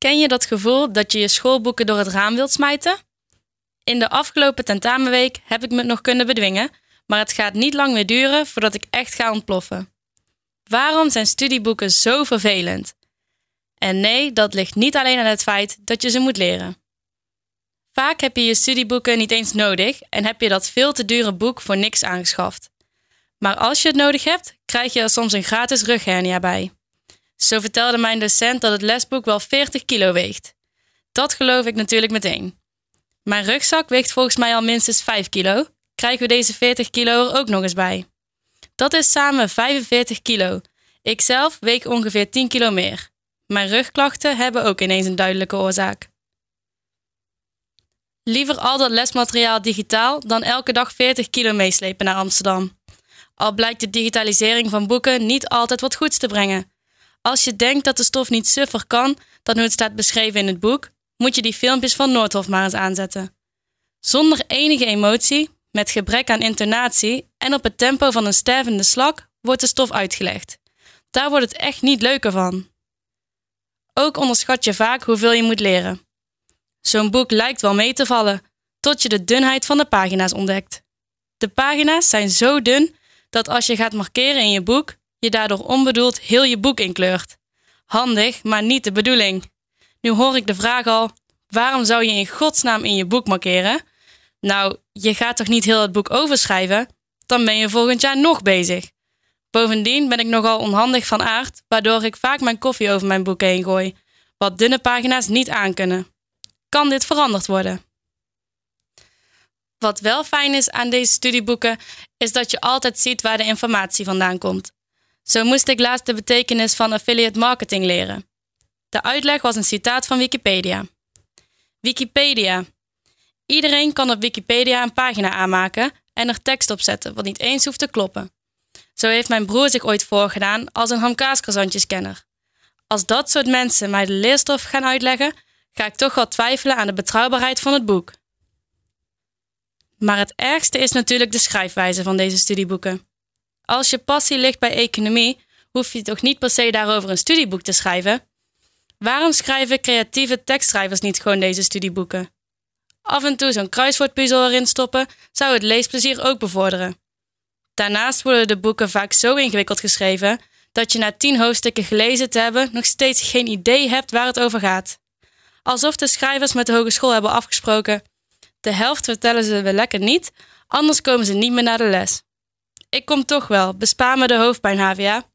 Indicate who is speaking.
Speaker 1: Ken je dat gevoel dat je je schoolboeken door het raam wilt smijten? In de afgelopen tentamenweek heb ik me nog kunnen bedwingen, maar het gaat niet lang meer duren voordat ik echt ga ontploffen. Waarom zijn studieboeken zo vervelend? En nee, dat ligt niet alleen aan het feit dat je ze moet leren. Vaak heb je je studieboeken niet eens nodig en heb je dat veel te dure boek voor niks aangeschaft. Maar als je het nodig hebt, krijg je er soms een gratis rughernia bij. Zo vertelde mijn docent dat het lesboek wel 40 kilo weegt. Dat geloof ik natuurlijk meteen. Mijn rugzak weegt volgens mij al minstens 5 kilo. Krijgen we deze 40 kilo er ook nog eens bij. Dat is samen 45 kilo. Ik zelf weeg ongeveer 10 kilo meer. Mijn rugklachten hebben ook ineens een duidelijke oorzaak. Liever al dat lesmateriaal digitaal dan elke dag 40 kilo meeslepen naar Amsterdam. Al blijkt de digitalisering van boeken niet altijd wat goeds te brengen. Als je denkt dat de stof niet suffer kan dan hoe het staat beschreven in het boek, moet je die filmpjes van Noordhoff maar eens aanzetten. Zonder enige emotie, met gebrek aan intonatie en op het tempo van een stervende slak wordt de stof uitgelegd. Daar wordt het echt niet leuker van. Ook onderschat je vaak hoeveel je moet leren. Zo'n boek lijkt wel mee te vallen, tot je de dunheid van de pagina's ontdekt. De pagina's zijn zo dun dat als je gaat markeren in je boek, je daardoor onbedoeld heel je boek inkleurt. Handig, maar niet de bedoeling. Nu hoor ik de vraag al, waarom zou je in godsnaam in je boek markeren? Nou, je gaat toch niet heel het boek overschrijven? Dan ben je volgend jaar nog bezig. Bovendien ben ik nogal onhandig van aard, waardoor ik vaak mijn koffie over mijn boek heen gooi, wat dunne pagina's niet aankunnen. Kan dit veranderd worden? Wat wel fijn is aan deze studieboeken, is dat je altijd ziet waar de informatie vandaan komt. Zo moest ik laatst de betekenis van affiliate marketing leren. De uitleg was een citaat van Wikipedia. Wikipedia. Iedereen kan op Wikipedia een pagina aanmaken en er tekst op zetten, wat niet eens hoeft te kloppen. Zo heeft mijn broer zich ooit voorgedaan als een hamkaascroissantjeskenner. Als dat soort mensen mij de leerstof gaan uitleggen, ga ik toch wel twijfelen aan de betrouwbaarheid van het boek. Maar het ergste is natuurlijk de schrijfwijze van deze studieboeken. Als je passie ligt bij economie, hoef je toch niet per se daarover een studieboek te schrijven? Waarom schrijven creatieve tekstschrijvers niet gewoon deze studieboeken? Af en toe zo'n kruiswoordpuzzel erin stoppen zou het leesplezier ook bevorderen. Daarnaast worden de boeken vaak zo ingewikkeld geschreven dat je na 10 hoofdstukken gelezen te hebben nog steeds geen idee hebt waar het over gaat. Alsof de schrijvers met de hogeschool hebben afgesproken: de helft vertellen ze wel lekker niet, anders komen ze niet meer naar de les. Ik kom toch wel, bespaar me de hoofdpijn, HVA.